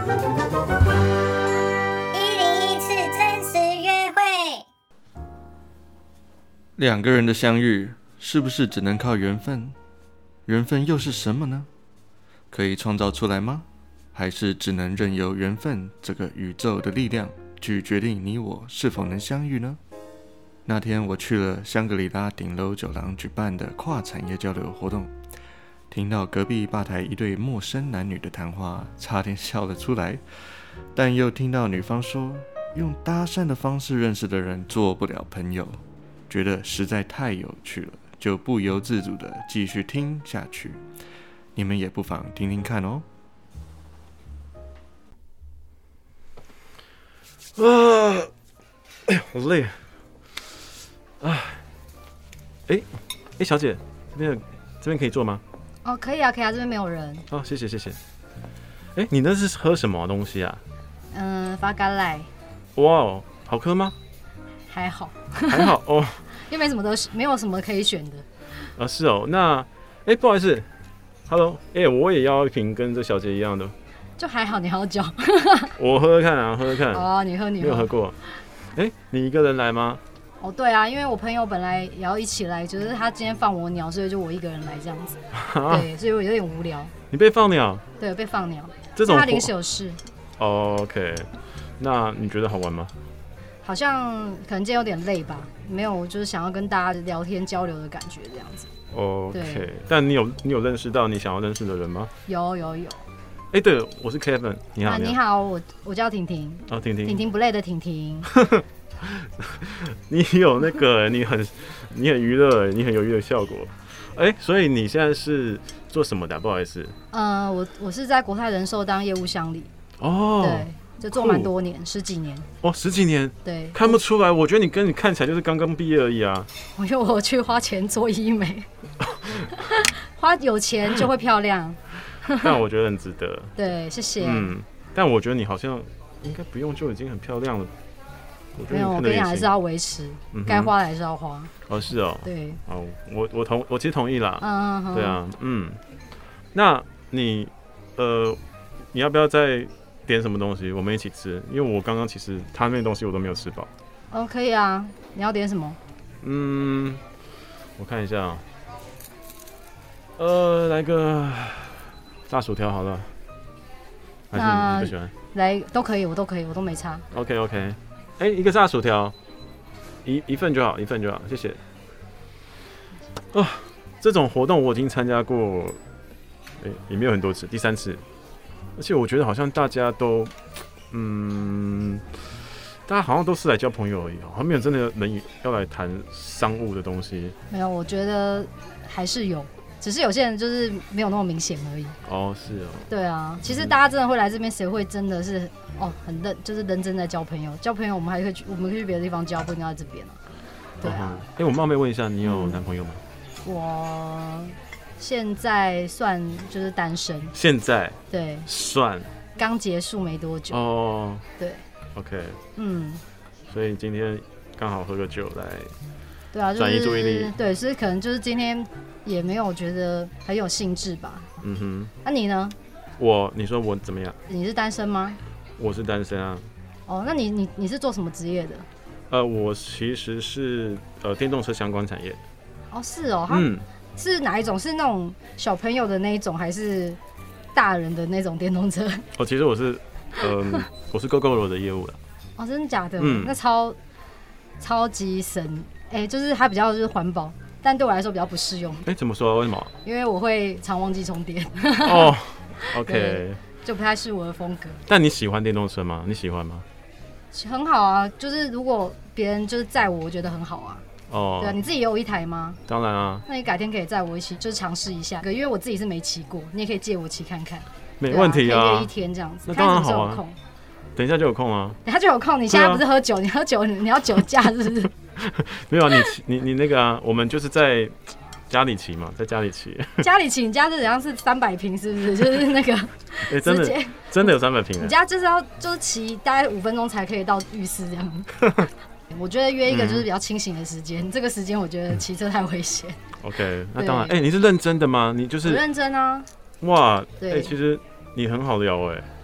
101次真实约会。 两个人的相遇，是不是只能靠缘分？缘分又是什么呢？可以创造出来吗？还是只能任由缘分这个宇宙的力量去决定你我是否能相遇呢？那天我去了香格里拉顶楼酒廊举办的跨产业交流活动，听到隔壁吧台一对陌生男女的谈话，差点笑了出来。但又听到女方说，用搭讪的方式认识的人做不了朋友，觉得实在太有趣了，就不由自主的继续听下去。你们也不妨听听看哦。 哎呀，好累啊！小姐，这边可以坐吗？ 哦，可以啊，可以啊，这边没有人。 哦，谢谢谢谢。你那是喝什么东西啊？ 发咖赖。 哇哦，好喝吗？ 还好， 还好哦， 因为没有什么可以选的。 是哦，那不好意思 ，Hello， 我也要一瓶跟这小姐一样的。 就还好，你还要叫。 我喝喝看啊，喝喝看。 哦，你喝。 没有喝过。你一个人来吗？ 哦，对啊，因为我朋友本来也要一起来，就是他今天放我鸟，所以就我一个人来这样子。对，所以我有点无聊。 你被放鸟？ 对，被放鸟。 这种他临时有事。 OK， 那你觉得好玩吗？ 好像可能今天有点累吧，没有就是想要跟大家聊天交流的感觉这样子。 OK， 但你有认识到你想要认识的人吗？有。对，我是 Kevin， 你好。 你好，我叫婷婷。 哦，婷婷不累的婷婷。 你有那个，你很娱乐，你很有娱乐效果。所以你现在是做什么的？不好意思。 我是在国泰人寿当业务乡里。 哦。 对，就做蛮多年，10几年。 哦，10几年。 对。 看不出来，我觉得你看起来就是刚刚毕业而已啊。 因为我去花钱做医美，有钱就会漂亮。 但我觉得很值得。 对，谢谢。 但我觉得你好像应该不用就已经很漂亮了。 没有，我跟你讲，还是要维持，该花的还是要花。 哦，是哦。 对。 哦，我其实同意啦。对啊，那你要不要再点什么东西？我们一起吃，因为我刚刚其实他那边东西我都没有吃饱。 哦，可以啊。你要点什么？ 我看一下。来个炸薯条好了。还是你不喜欢？ 来都可以，我都可以，我都没差。 OK。一个炸薯条，一份就好，谢谢。这种活动我已经参加过，也没有很多次，第3次。而且我觉得好像大家都，大家好像都是来交朋友而已，好像没有真的人要来谈商务的东西。 没有，我觉得还是有。只是有些人就是没有那么明显而已。 哦，是哦。 对啊，其实大家真的会来这边，谁会真的是很就是认真在交朋友？交朋友我们可以去别的地方交，不一定要在这边啊。对啊。 我冒昧问一下，你有男朋友吗？ 我现在算就是单身。 现在？ 对。 算。 刚结束没多久。 哦。 对。 OK。所以今天刚好喝个酒来。 对啊， 转移注意力。 对，所以可能就是今天也没有觉得很有兴致吧。那你呢？ 你说我怎么样？ 你是单身吗？ 我是单身啊。 哦，那你是做什么职业的？ 我其实是电动车相关产业。 哦，是哦。是哪一种？是那种小朋友的那一种，还是大人的那种电动车？ 其实我是GoGoRo 的业务了。 哦，真的假的？那超级神。就是它比较就是环保，但对我来说比较不适用。 怎么说？为什么？ 因为我会常忘记充电。 哦，OK， 就不太是我的风格。 但你喜欢电动车吗？你喜欢吗？ 很好啊，就是如果别人就是载我觉得很好啊。对啊，你自己也有一台吗？ 当然啊。 那你改天可以载我一起，就是尝试一下，因为我自己是没骑过，你也可以借我骑看看。 没问题啊。 可以约一天这样子。 那当然好啊。等一下就有空啊。 等一下就有空，你现在不是喝酒？你喝酒你要酒驾是不是？ 没有啊，你那个啊，我们就是在家里骑嘛，在家里骑。 家里骑，你家是怎样？是300平是不是？就是那个， 真的有300平。 你家就是骑大概5分钟才可以到浴室这样。我觉得约一个就是比较清醒的时间，这个时间我觉得骑车太危险。 OK， 那当然。你是认真的吗？你就是我认真啊。 哇，其实你很好聊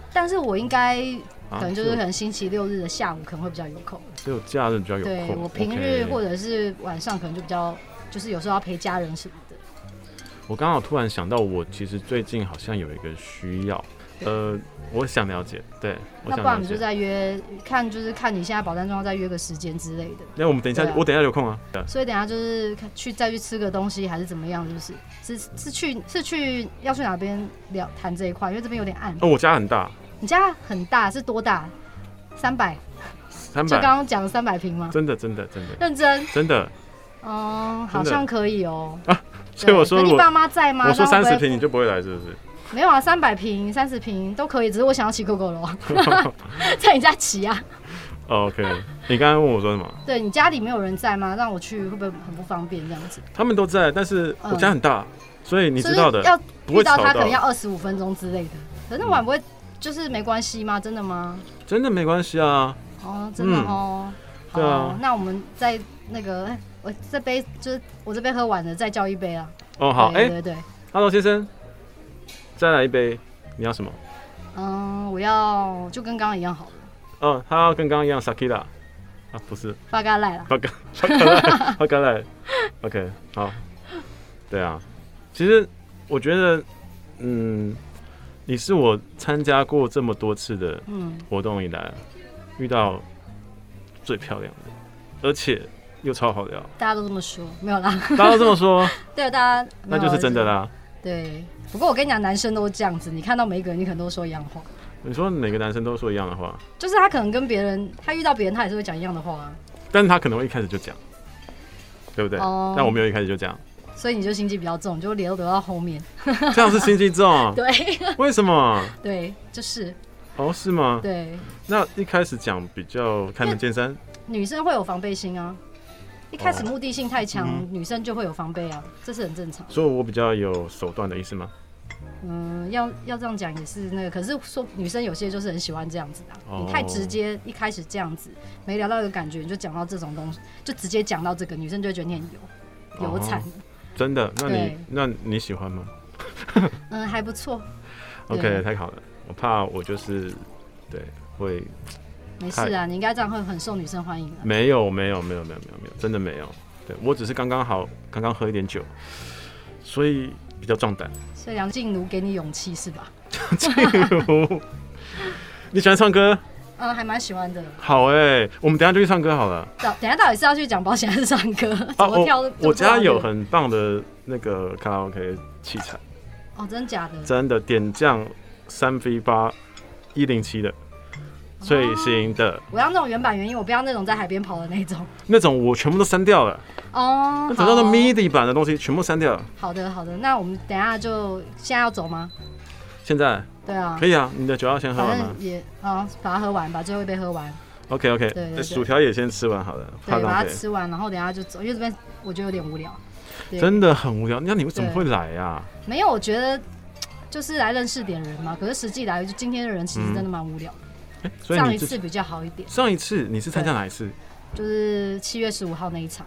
但是我应该可能就是可能星期六日的下午可能会比较有空， 只有假日比较有空。 对，我平日或者是晚上可能就比较，就是有时候要陪家人什么的。 我刚好突然想到，我其实最近好像有一个需要，我想了解，对， 那不然我们就再约看，就是看你现在保单状况，再约个时间之类的。 那我们等一下，我等一下有空啊。 所以等一下就是再去吃个东西，还是怎么样？是去要去哪边谈这一块？因为这边有点暗。 我家很大。 你家很大是多大？300。就刚刚讲的300平吗？ 真的。 认真。 真的。 好像可以哦。 所以我说你爸妈在吗？ 我说30平你就不会来是不是？ 没有啊，300平、30平都可以，只是我想要骑 GoGo 楼，在你家骑啊。 OK， 你刚刚问我说什么？ 对，你家里没有人在吗？让我去会不会很不方便这样子？ 他们都在，但是我家很大，所以你知道的， 要遇到他可能要25分钟之类的。可是那晚不会就是没关系吗？真的吗？真的没关系啊。 真的哦。 对啊。 那我们再那个，我这杯就是我这杯喝完了，再叫一杯啊。 好， 对。 Hello， 先生，再来一杯，你要什么？ 我要就跟刚刚一样好了。 他要跟刚刚一样 Sakira 啊，不是。 巴嘎赖啦。 巴嘎赖。OK， 好。对啊，其实我觉得，你是我参加过这么多次的活动以来，遇到最漂亮的，而且又超好聊。 大家都这么说，没有啦。 大家都这么说。 对，大家那就是真的啦。 对，不过我跟你讲，男生都这样子，你看到每一个人，你可能都说一样话。 你说每个男生都说一样的话？ 就是他可能跟别人，他遇到别人，他也是会讲一样的话啊。 但是他可能会一开始就讲，对不对？但我没有一开始就讲。所以你就心机比较重，你就留到后面。 这样是心机重？ 对。 为什么？ 对，就是。 是吗？ 对。 那一开始讲比较开门见山。 女生会有防备心啊，一开始目的性太强，女生就会有防备啊，这是很正常。 所以我比较有手段的意思吗？ 要这样讲也是那个，可是说女生有些就是很喜欢这样子的，你太直接，一开始这样子没聊到一个感觉，你就讲到这种东西，就直接讲到这个，女生就会觉得你很有惨。 真的？那你喜欢吗？ 还不错。 OK， 太好了。我怕我就是对会。 没事啊，你应该这样会很受女生欢迎的。 没有，真的没有。对，我只是刚刚喝一点酒，所以比较壮胆。 所以梁静茹给你勇气是吧？ 静茹，你喜欢唱歌？ 还蛮喜欢的。 好我们等一下就去唱歌好了。 等一下到底是要去讲保险还是唱歌？怎么跳？ 我家有很棒的那个卡拉 OK 器材。 真的假的？ 真的，点将3V8 107的。最新的， 我要那种原版原音，我不要那种在海边跑的那种。 那种我全部都删掉了。那等到那 MIDI 版的东西全部删掉了。好的，那我们等一下就现在要走吗？ 现在？ 对啊。 可以啊，你的酒要先喝完吗？ 也把它喝完，把最后一杯喝完。 OK。对，薯条也先吃完好了。 对，把它吃完，然后等一下就走，因为这边我觉得有点无聊。 真的很无聊，那你为什么会来啊？ 没有，我觉得就是来认识点人嘛。可是实际来，就今天的人其实真的蛮无聊的。 所以上一次比较好一点。 上一次你是参加哪一次？ 就是7月15号那一场。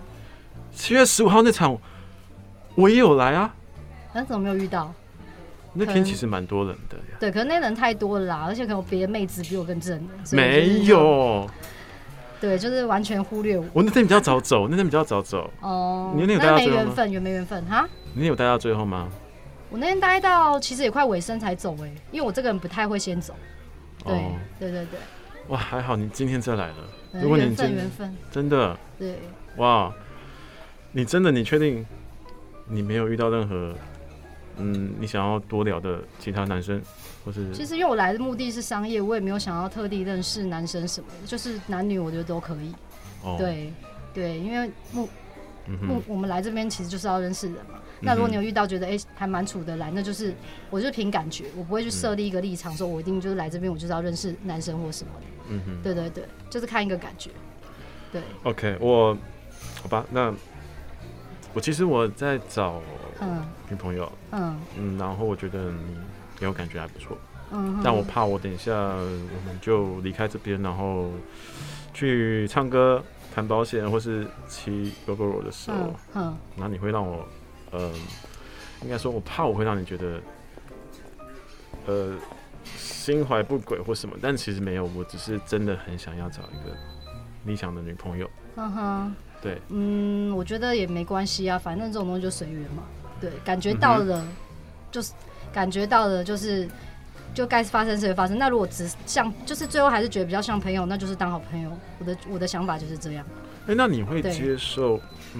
7月15号那场，我也有来啊。 但怎么没有遇到？ 那天其实蛮多人的呀。 对，可是那人太多了啦，而且可能别的妹子比我更正的。 没有。 对，就是完全忽略我。 我那天比较早走，你那天有待到最后吗？ 没缘分哈。 你有待到最后吗？ 我那天待到其实也快尾声才走因为我这个人不太会先走。对。 哇，还好你今天再来了。 如果你缘分。 真的。 对。 哇，你确定你没有遇到任何你想要多聊的其他男生，或是？其实因为我来的目的是商业，我也没有想要特地认识男生什么的，就是男女我觉得都可以。对，因为我们来这边其实就是要认识人嘛。那如果你有遇到觉得还蛮处得来，那就是我就是凭感觉，我不会去设立一个立场，说我一定就是来这边我就是要认识男生或什么的。对，就是看一个感觉。对。OK， 好吧，那其实我在找女朋友，然后我觉得你给我感觉还不错，但我怕我等一下我们就离开这边，然后去唱歌、谈保险或是骑 GoGo 的时候，然后你会让我。应该说，我怕我会让你觉得， 心怀不轨或什么，但其实没有，我只是真的很想要找一个理想的女朋友。对， 我觉得也没关系啊，反正这种东西就随缘嘛。对，感觉到了，就是感觉到了，就该发生就发生。那如果只像，就是最后还是觉得比较像朋友，那就是当好朋友。我的想法就是这样。 那你会接受？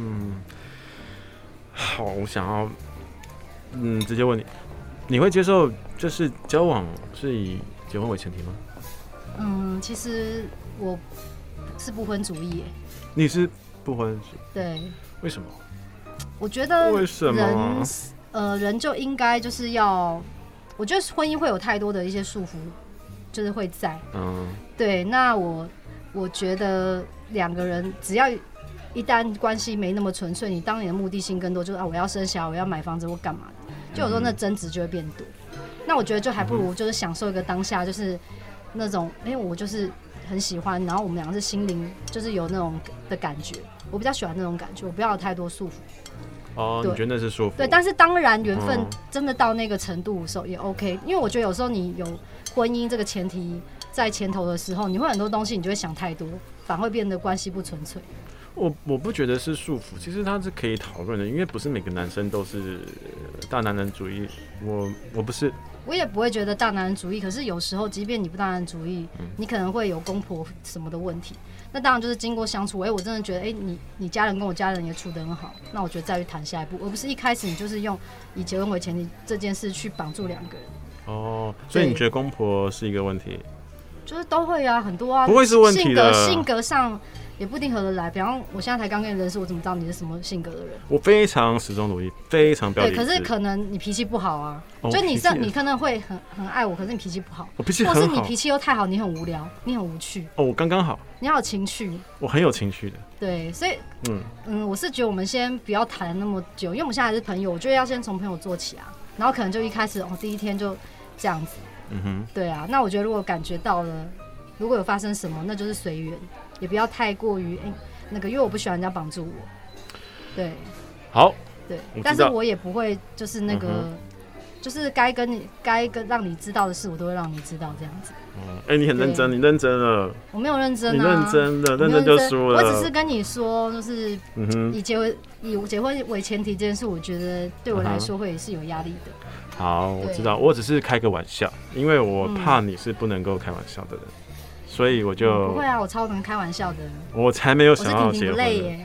好，我想要，直接问你，你会接受就是交往是以结婚为前提吗？ 其实我是不婚主义耶。 你是不婚？ 对。 为什么？ 我觉得为什么人就应该就是要，我觉得婚姻会有太多的一些束缚，就是会在。对。那我觉得两个人只要一旦关系没那么纯粹，你当你的目的性更多，就是我要生小孩，我要买房子，我干嘛的，就有时候那争执就会变多。那我觉得就还不如就是享受一个当下，就是那种，我就是很喜欢，然后我们两个是心灵就是有那种的感觉，我比较喜欢那种感觉，我不要有太多束缚。 你觉得那是束缚？ 对，但是当然缘分真的到那个程度的时候也 OK，因为我觉得有时候你有婚姻这个前提在前头的时候，你会很多东西你就会想太多，反而会变得关系不纯粹。 我不觉得是束缚，其实它是可以讨论的，因为不是每个男生都是大男人主义，我不是， 我也不会觉得大男人主义。可是有时候，即便你不大男人主义，你可能会有公婆什么的问题，那当然就是经过相处，我真的觉得，你家人跟我家人也处得很好，那我觉得再去谈下一步，而不是一开始你就是用以结婚为前提这件事去绑住两个人。 所以你觉得公婆是一个问题？ 就是都会啊，很多啊， 不会是问题的。 性格上也不一定合得来。比方我现在才刚跟你认识，我怎么知道你是什么性格的人？我非常始终如一，非常标准。 对，可是可能你脾气不好啊，就你可能会很爱我，可是你脾气不好。 我脾气很好， 或是你脾气又太好，你很无聊，你很无趣。 我刚刚好。 你要有情绪。 我很有情绪的。 对，所以我是觉得我们先不要谈那么久，因为我们现在还是朋友，我觉得要先从朋友做起啊。然后可能就一开始第一天就这样子。对啊，那我觉得如果感觉到了。如果有发生什么，那就是随缘，也不要太过于因为我不喜欢人家绑住我。对， 好， 对，但是我也不会就是那个，就是该让你知道的事，我都会让你知道这样子。 你很认真，你认真了。 我没有认真啊， 你认真的，认真就输了。 我只是跟你说，就是以结婚为前提这件事，我觉得对我来说会是有压力的。 好，我知道，我只是开个玩笑，因为我怕你是不能够开玩笑的人。所以我就不会啊，我超能开玩笑的。 我才没有想要结婚。 我是挺累耶。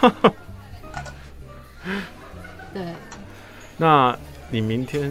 对。 那你明天，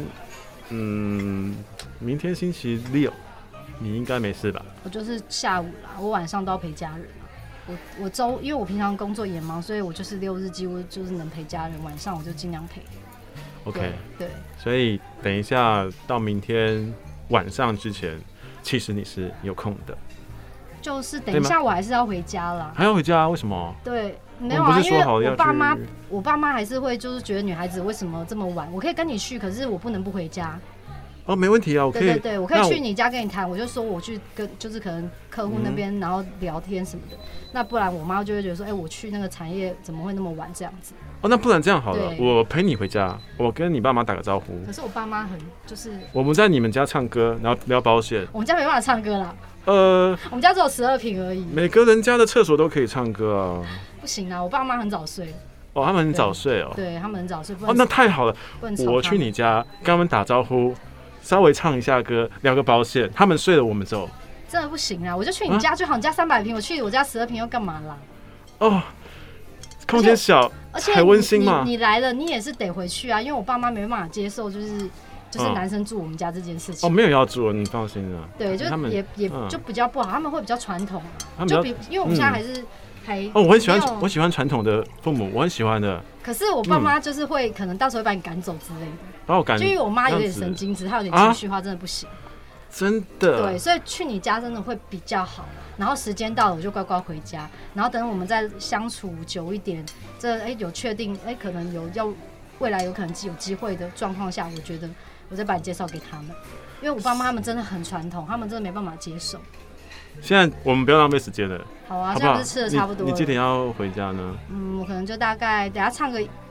明天星期六，你应该没事吧？ 我就是下午啦，我晚上都要陪家人啦。因为我平常工作也忙，所以我就是6日几乎就是能陪家人，晚上我就尽量陪。 OK。 对。所以等一下到明天晚上之前，其实你是有空的。 就是等一下我还是要回家啦。 还要回家？为什么？ 对，没有啊，因为我爸妈还是会就是觉得女孩子为什么这么晚？我可以跟你去，可是我不能不回家。 没问题啊，我可以。 对，我可以去你家跟你谈，我就说我去就是可能客户那边然后聊天什么的。那不然我妈就会觉得说，我去那个产业怎么会那么晚这样子？ 那不然这样好了，我陪你回家，我跟你爸妈打个招呼。 可是我爸妈很就是我们在你们家唱歌，然后聊保险。 我们家没办法唱歌啦。我们家只有12坪而已。 每个人家的厕所都可以唱歌啊。 不行啊，我爸妈很早睡。 他们很早睡哦。 对，他们很早睡。 那太好了。我去你家跟他们打招呼，稍微唱一下歌，聊个保险，他们睡了我们走。 真的不行啊！我就去你家就好，你家300坪，我去我家12坪又干嘛啦？ 空间小， 而且还温馨嘛。 你来了，你也是得回去啊，因为我爸妈没办法接受，就是男生住我们家这件事情。 没有要住，你放心啊。 对，就也就比较不好，他们会比较传统啊。因为我们现在还我很喜欢传统的父母，我很喜欢的。 可是我爸妈就是会可能到时候会把你赶走之类的。 把我赶走？ 就因为我妈有点神经质，她有点情绪化，真的不行。 真的。 对，所以去你家真的会比较好。然后时间到了，我就乖乖回家。然后等我们再相处久一点，有确定可能未来有可能有机会的状况下，我觉得我再把你介绍给他们。因为我爸妈他们真的很传统，他们真的没办法接受。 现在我们不要浪费时间了。 好啊，现在不是吃的差不多了。 你几点要回家呢？ 我可能就大概等下唱个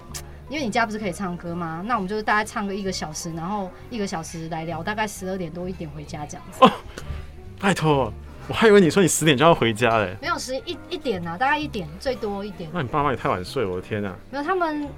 因为你家不是可以唱歌吗？那我们就是大概唱个1个小时，然后1个小时来聊，大概12点多1点回家这样子。 哦，拜托，我还以为你说你10点就要回家嘞。 没有1点啊，大概1点，最多1点。 那你爸妈也太晚睡，我的天啊！ 没有他们，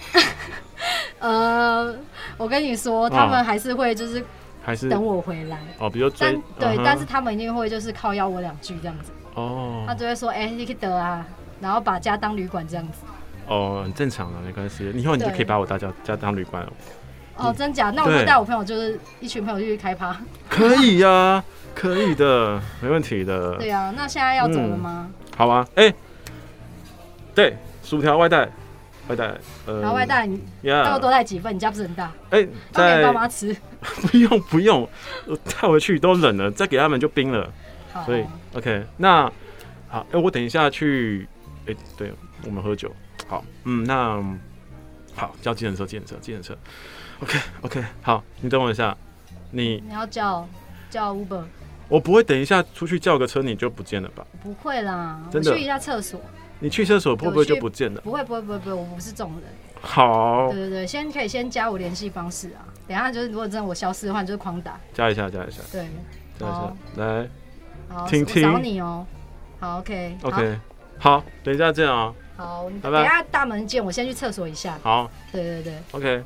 我跟你说，他们还是会就是还是等我回来哦，比如追对，但是他们一定会就是靠邀我2句这样子。 哦， 他就会说，你去得啊，然后把家当旅馆这样子。 哦，很正常的，没关系。以后你就可以把我家当旅馆了。 哦，真假？那我会带我朋友，就是一群朋友去开趴。 可以呀、啊，可以的，没问题的。 对啊，那现在要走了吗？ 好啊，对，薯条外带， 然后外带你要多带几份？你家不是很大？放给爸妈吃。 不用，我带回去都冷了，再给他们就冰了。 好， 所以 OK， 那好，我等一下去，对，我们喝酒。好，那好，叫计程车。OK， 好，你等我一下。你要叫 Uber？ 我不会等一下出去叫个车你就不见了吧？ 不会啦， 真的。 我去一下厕所。 你去厕所会不会就不见了？ 不会，我不是这种人。 好。 对，可以先加我联系方式啊。等一下就是如果真的我消失的话，你就是狂打。 加一下。对，加一下，来。 好， 听， 我找你哦。好 ，OK。 好，等一下见啊。 好， 拜拜。 等一下大门见，我先去厕所一下。 好。 对。 OK。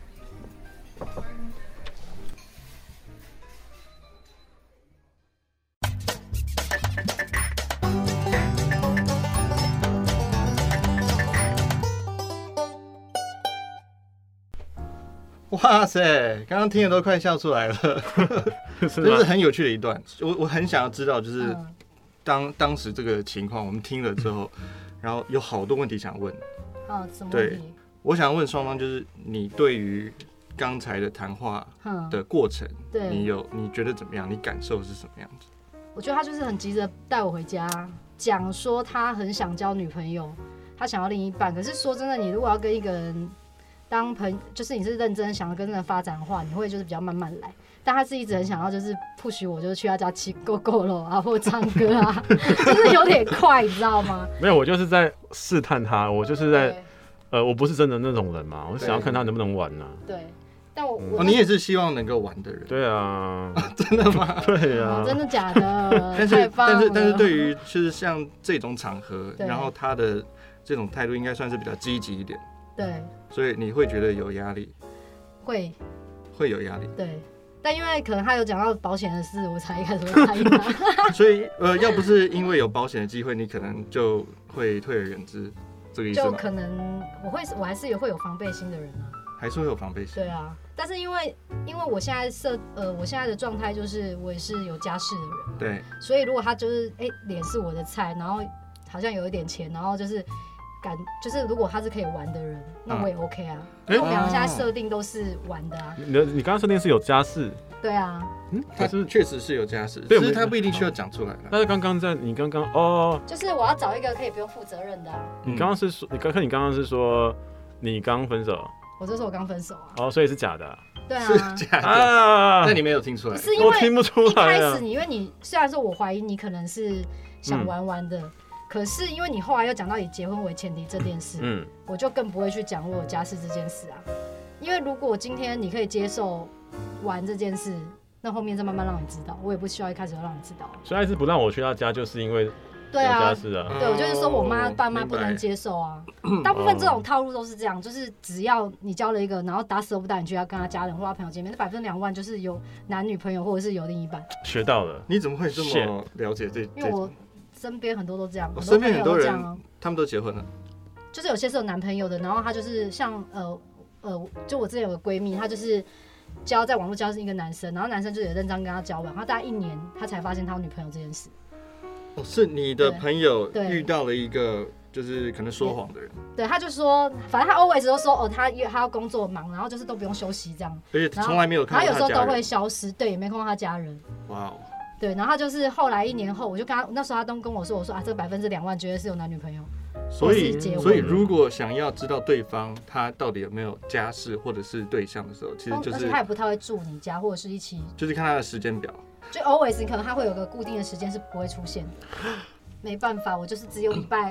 哇塞，刚刚听的都快笑出来了，这是很有趣的一段。我很想要知道，就是当时这个情况，我们听了之后，然后有好多问题想问。 什么问题？ 对，我想问双方，就是你对于刚才的谈话的过程，你觉得怎么样？你感受是什么样子？ 我觉得他就是很急着带我回家，讲说他很想交女朋友，他想要另一半。可是说真的，你如果要跟一个人当朋友，就是你是认真想要跟人发展的话，你会就是比较慢慢来。但他是一直很想要就是push我，就是去他家吃狗狗肉啊，或唱歌啊，就是有点快，你知道吗？ 没有，我就是在试探他，我就是在我不是真的那种人嘛，我想要看他能不能玩啊。 对，但我你也是希望能够玩的人。 对啊， 真的吗？ 对啊， 真的假的？ 但是对于就是像这种场合，然后他的这种态度应该算是比较积极一点。 对， 所以你会觉得有压力？ 会有压力。 对，但因为可能他有讲到保险的事，我才一开始会答应他。 所以要不是因为有保险的机会，你可能就会退而远之，这个意思吗？ 就可能我还是会有防备心的人啊。 还是会有防备心。 对啊，但是因为我现在我现在的状态就是我也是有家室的人。 对。 所以如果他就是脸是我的菜，然后好像有一点钱，然后就是如果他是可以玩的人，那我也 OK 啊。因为我们两个现在设定都是玩的啊。 你刚刚设定是有家室。 对啊。 他确实是有家室，只是他不一定需要讲出来。 但是你刚刚就是我要找一个可以不用负责任的啊。 你刚刚是说，你刚刚是说你刚分手。 我就说我刚分手啊。 所以是假的啊。 对啊， 是假的啊。那你没有听出来？ 不是因为我听不出来。 一开始因为你虽然说我怀疑你可能是想玩玩的。可是因为你后来又讲到以结婚为前提这件事，我就更不会去讲我有家室这件事啊。因为如果今天你可以接受玩这件事，那后面再慢慢让你知道，我也不需要一开始就让你知道。 所以还是不让我去他家，就是因为有家室啊。 对，我就是说我爸妈不能接受啊。大部分这种套路都是这样，就是只要你交了一个，然后打死都不带你去他跟他家人或他朋友见面，那2%万就是有男女朋友或者是有另一半。 学到了。 你怎么会这么了解这？ 因为我身边很多都这样， 身边很多人他们都结婚了， 就是有些是有男朋友的，然后他就是像就我之前有个闺蜜，她就是在网络交一个男生，然后男生就有认真跟他交往，他大概1年他才发现他有女朋友这件事。 是你的朋友遇到了一个就是可能说谎的人。 对，他就说，反正他 always 都说他要工作忙，然后就是都不用休息这样， 而且从来没有看到他家人。 他有时候都会消失，对，也没看到他家人。 哇哦。 对，然后他就是后来1年后，我就跟他那时候他都跟我说这个2%万绝对是有男女朋友， 所以如果想要知道对方他到底有没有家室或者是对象的时候，其实就是而且他也不太会住你家，或者是一起， 就是看他的时间表， 就 always 可能他会有个固定的时间是不会出现的，没办法，我就是只有礼拜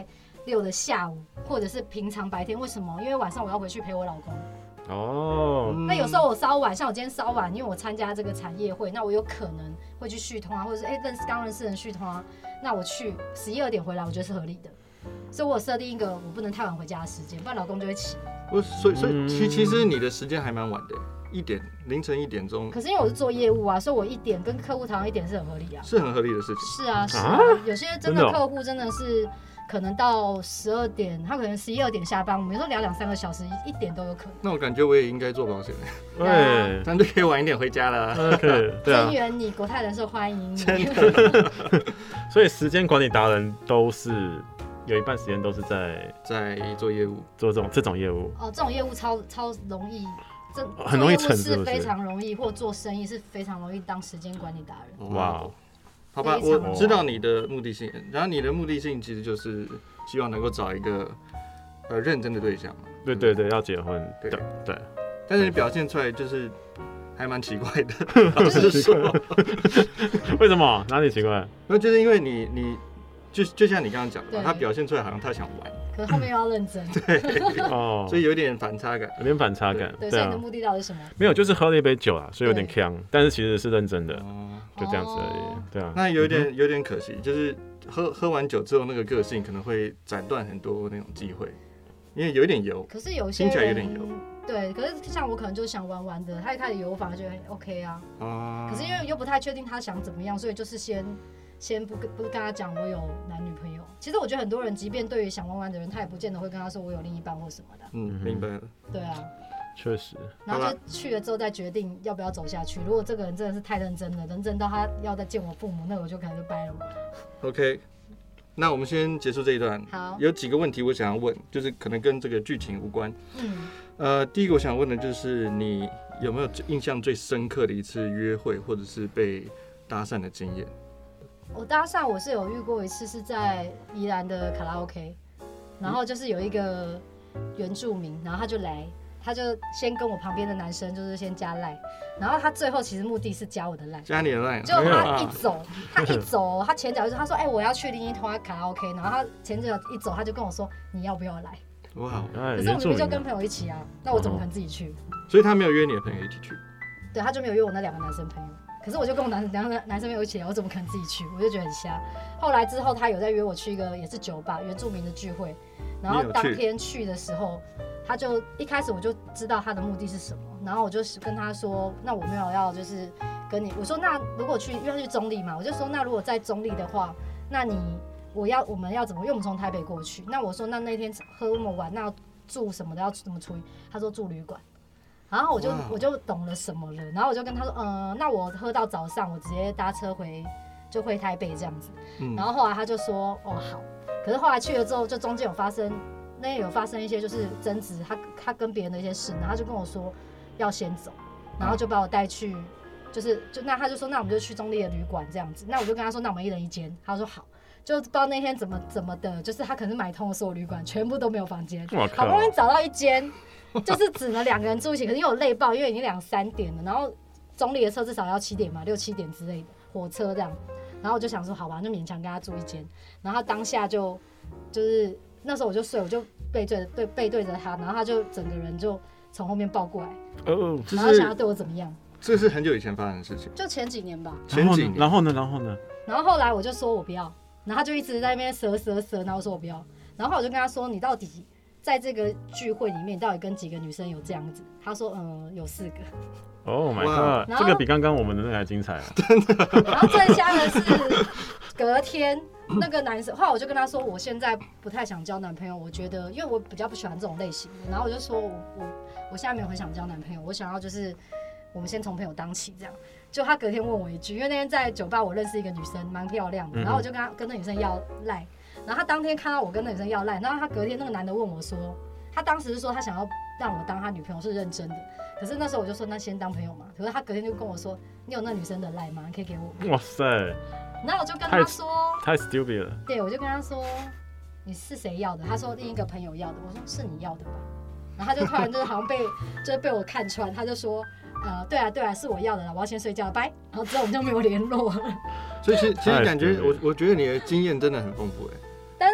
6的下午，或者是平常白天。为什么？因为晚上我要回去陪我老公。那有时候我稍晚，像我今天稍晚，因为我参加这个产业会，那我有可能会去续通啊，或者是刚认识人续通啊，那我去11、2点回来，我觉得是合理的。所以我有设定一个我不能太晚回家的时间，不然老公就会起。 所以其实你的时间还蛮晚的凌晨1点钟。 可是因为我是做业务啊，所以我1点跟客户讨论1点是很合理啊。 是很合理的事情。 是啊，有些真的客户真的是。可能到12点，他可能11、2点下班，我们有时候聊2-3个小时，1点都有可能。 那我感觉我也应该做保险， 对， 这样就可以晚一点回家了。 对啊， 增援你，国泰人寿欢迎你。 所以时间管理达人都是有一半时间都是在做业务， 做这种业务。 这种业务超容易， 很容易成， 是非常容易，或做生意是非常容易当时间管理达人。 哇。 好吧，我知道你的目的性，然后你的目的性其实就是希望能够找一个认真的对象嘛。 对，要结婚。对。 但是你表现出来就是还蛮奇怪的，老实说。 为什么？哪里奇怪？ 那就是因为你就像你刚刚讲的，他表现出来好像他想玩， 可是后面又要认真。 对，所以有点反差感。 对，所以你的目的到底是什么？ 没有，就是喝了一杯酒啦，所以有点呛，但是其实是认真的。就这样子而已，对啊。 那有点可惜，就是喝完酒之后，那个个性可能会斩断很多那种机会，因为有一点油。 可是有些人听起来有点油。对，可是像我可能就想玩玩的，他一开始油我反而觉得很 OK 啊。可是因为又不太确定他想怎么样，所以就是先不跟他讲我有男女朋友。其实我觉得很多人，即便对于想玩玩的人，他也不见得会跟他说我有另一半或什么的。 明白了。 对啊。 确实， 然后就去了之后再决定要不要走下去。如果这个人真的是太认真了，认真到他要再见我父母，那我就可能就掰了我。 OK， 那我们先结束这一段。 好， 有几个问题我想要问，就是可能跟这个剧情无关。第一个我想问的就是你有没有印象最深刻的一次约会，或者是被搭讪的经验？ 我搭讪我是有遇过一次，是在宜兰的卡拉 OK， 然后就是有一个原住民，然后他就来。他就先跟我旁边的男生就是先加赖，然后他最后其实目的是加我的赖， 加你的赖。 就他一走，他前脚就他说，我要去另一通卡拉 OK， 然后他前脚一走，他就跟我说你要不要来？ 哇！ 可是我明明就跟朋友一起啊，那我怎么可能自己去？ 所以他没有约你的朋友一起去？ 对，他就没有约我那2个男生朋友。可是我就跟我男生朋友一起来，我怎么可能自己去？我就觉得很瞎。后来之后，他有在约我去一个也是酒吧原住民的聚会，然后当天去的时候。他就一开始我就知道他的目的是什么，然后我就跟他说，那我没有要就是跟你，我说那如果因为他去中立嘛，我就说那如果在中立的话，那我们要怎么？因为我们从台北过去，那我说那天喝那么晚，那住什么的要怎么处理？他说住旅馆，然后我就懂了什么了，然后我就跟他说，那我喝到早上，我直接搭车回台北这样子，然后后来他就说好，可是后来去了之后，就中间有发生一些就是争执，他跟别人的一些事，然后他就跟我说要先走，然后就把我带去，那他就说那我们就去中立的旅馆这样子，那我就跟他说那我们1人1间，他说好，就不知道那天怎么的，就是他可能买通了所有旅馆，全部都没有房间，好不容易找到一间，就是只能2个人住一起，可是因为我累爆，因为已经2-3点了，然后中立的车至少要7点嘛，6-7点之类的火车这样，然后我就想说好吧，就勉强跟他住一间，然后他当下就是那时候我就睡，我就背对着他，然后他就整个人就从后面抱过来，然后想要对我怎么样？ 这是很久以前发生的事情， 就前几年吧。 前几年， 然后呢？ 然后后来我就说我不要，然后他就一直在那边舌，然后我说我不要，然后我就跟他说你到底在这个聚会里面，你到底跟几个女生有这样子？他说有4个。 Oh my god！ 这个比刚刚我们的那个还精彩啊！ 真的。 然后最瞎的是隔天。那个男生，后来我就跟他说，我现在不太想交男朋友，我觉得，因为我比较不喜欢这种类型的，然后我就说我现在没有很想交男朋友，我想要就是我们先从朋友当起这样。就他隔天问我一句，因为那天在酒吧我认识一个女生，蛮漂亮的，然后我就跟那女生要赖，然后他当天看到我跟那女生要赖，然后他隔天那个男的问我说，他当时是说他想要让我当他女朋友，是认真的，可是那时候我就说那先当朋友嘛，可是他隔天就跟我说，你有那女生的赖吗？你可以给我。 哇塞！ 然后我就跟他说， 太 stupid 了。 对，我就跟他说，你是谁要的？他说另一个朋友要的。我说是你要的吧？然后他就突然就是好像被我看穿，他就说，对啊，是我要的啦，我要先睡觉，拜。然后之后我们就没有联络了。 所以其实感觉我觉得你的经验真的很丰富哎。 但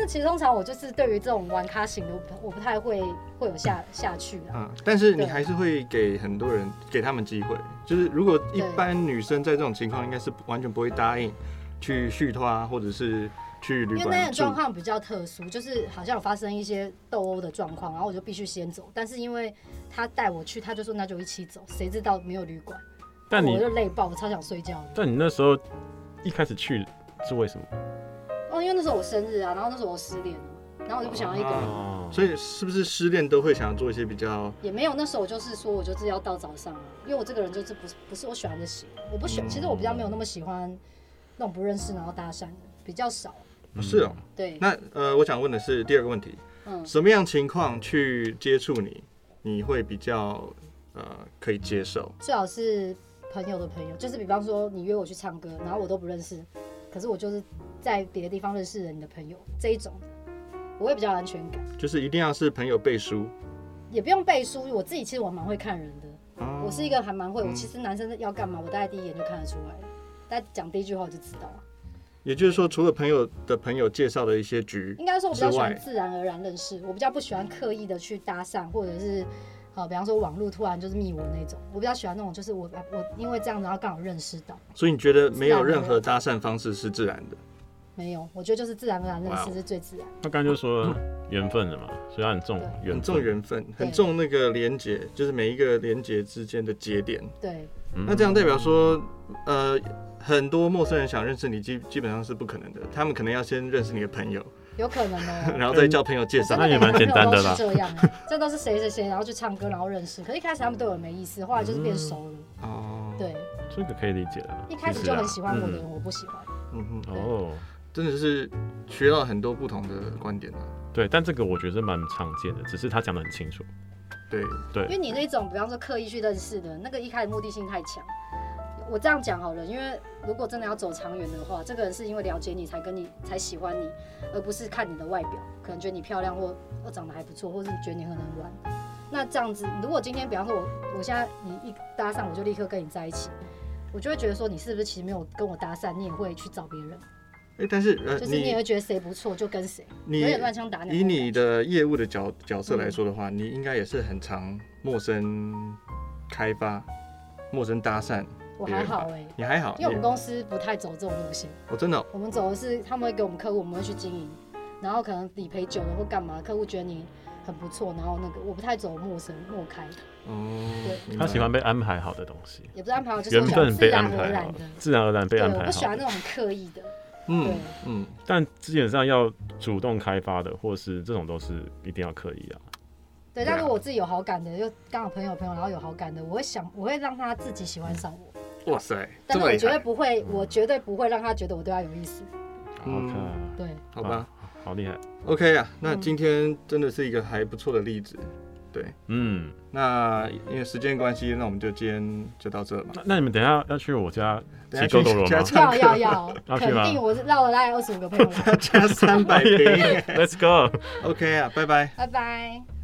是其实通常我就是对于这种玩咖型的，我不太会有下去啊。 但是你还是会给很多人给他们机会，就是如果一般女生在这种情况，应该是完全不会答应去续托啊，或者是去旅馆住。 因为那种状况比较特殊，就是好像有发生一些斗殴的状况，然后我就必须先走。但是因为他带我去，他就说那就一起走，谁知道没有旅馆，但我就累爆，我超想睡觉的。 但你那时候一开始去是为什么？ 因为那时候我生日啊，然后那时候我失恋了，然后我就不想要一个人。 所以是不是失恋都会想要做一些比较？ 也没有，那时候我就是说我就是要到早上啊，因为我这个人就是不是我喜欢的型，我不喜欢。其实我比较没有那么喜欢那种不认识然后搭讪的，比较少。 是哦。 对。 那我想问的是第二个问题，什么样情况去接触你会比较可以接受？ 最好是朋友的朋友，就是比方说你约我去唱歌，然后我都不认识，可是我就是在别的地方认识了你的朋友，这一种我会比较有安全感。 就是一定要是朋友背书， 也不用背书。我自己其实我蛮会看人的，我是一个还蛮会。我其实男生要干嘛，我大概第一眼就看得出来了，大概讲第一句话我就知道了。 也就是说，除了朋友的朋友介绍的一些局， 应该说我比较喜欢自然而然认识，我比较不喜欢刻意的去搭讪，或者是比方说网络突然就是密我那种，我比较喜欢那种就是我因为这样子然后刚好认识到。 所以你觉得没有任何搭讪方式是自然的？ 没有，我觉得就是自然而然认识是最自然。 他刚才就说缘分了嘛，所以他很重缘分， 很重缘分，很重那个连结，就是每一个连结之间的节点。 对。 那这样代表说，很多陌生人想认识你，基本上是不可能的。他们可能要先认识你的朋友， 有可能哦， 然后再叫朋友介绍， 那也蛮简单的啦。 这样，这都是谁谁谁，然后去唱歌，然后认识。可是一开始他们对我没意思，后来就是变熟了。哦，对， 这个可以理解的。 一开始就很喜欢我的人，我不喜欢。 真的是学到很多不同的观点啊。 对，但这个我觉得是蛮常见的，只是他讲得很清楚。 对， 因为你那种比方说刻意去认识的那个，一开始目的性太强。我这样讲好了，因为如果真的要走长远的话，这个人是因为了解你才喜欢你，而不是看你的外表，可能觉得你漂亮或长得还不错，或是觉得你很能玩。那这样子，如果今天比方说我现在你一搭讪我就立刻跟你在一起，我就会觉得说你是不是其实没有跟我搭讪，你也会去找别人。 但是就是你也会觉得谁不错就跟谁，有点乱枪打鸟。 以你的业务的角色来说的话，你应该也是很常陌生开发、陌生搭讪。 我还好你还好， 因为我们公司不太走这种路线。 真的。 我们走的是他们会给我们客户，我们会去经营，然后可能理赔久了或干嘛，客户觉得你很不错，然后那个我不太走陌开。 对，他喜欢被安排好的东西， 也不是安排好，就是缘分被安排好的， 自然而然被安排好。 我不喜欢那种刻意的。 但基本上要主动开发的，或是这种都是一定要刻意啊。 对，但如果我自己有好感的，又刚好朋友，然后有好感的，我会让他自己喜欢上我。 哇塞！ 但是我绝对不会让他觉得我对他有意思。 OK， 对， 好吧， 好厉害。 OK 啊，那今天真的是一个还不错的例子。对，那因为时间关系，那我们就今天就到这了嘛。 那你们等一下要去我家骑狗斗罗吗？ 要，肯定我绕了大概25个朋友， 加300瓶。 Let's go。 OK 啊，拜拜。 拜拜。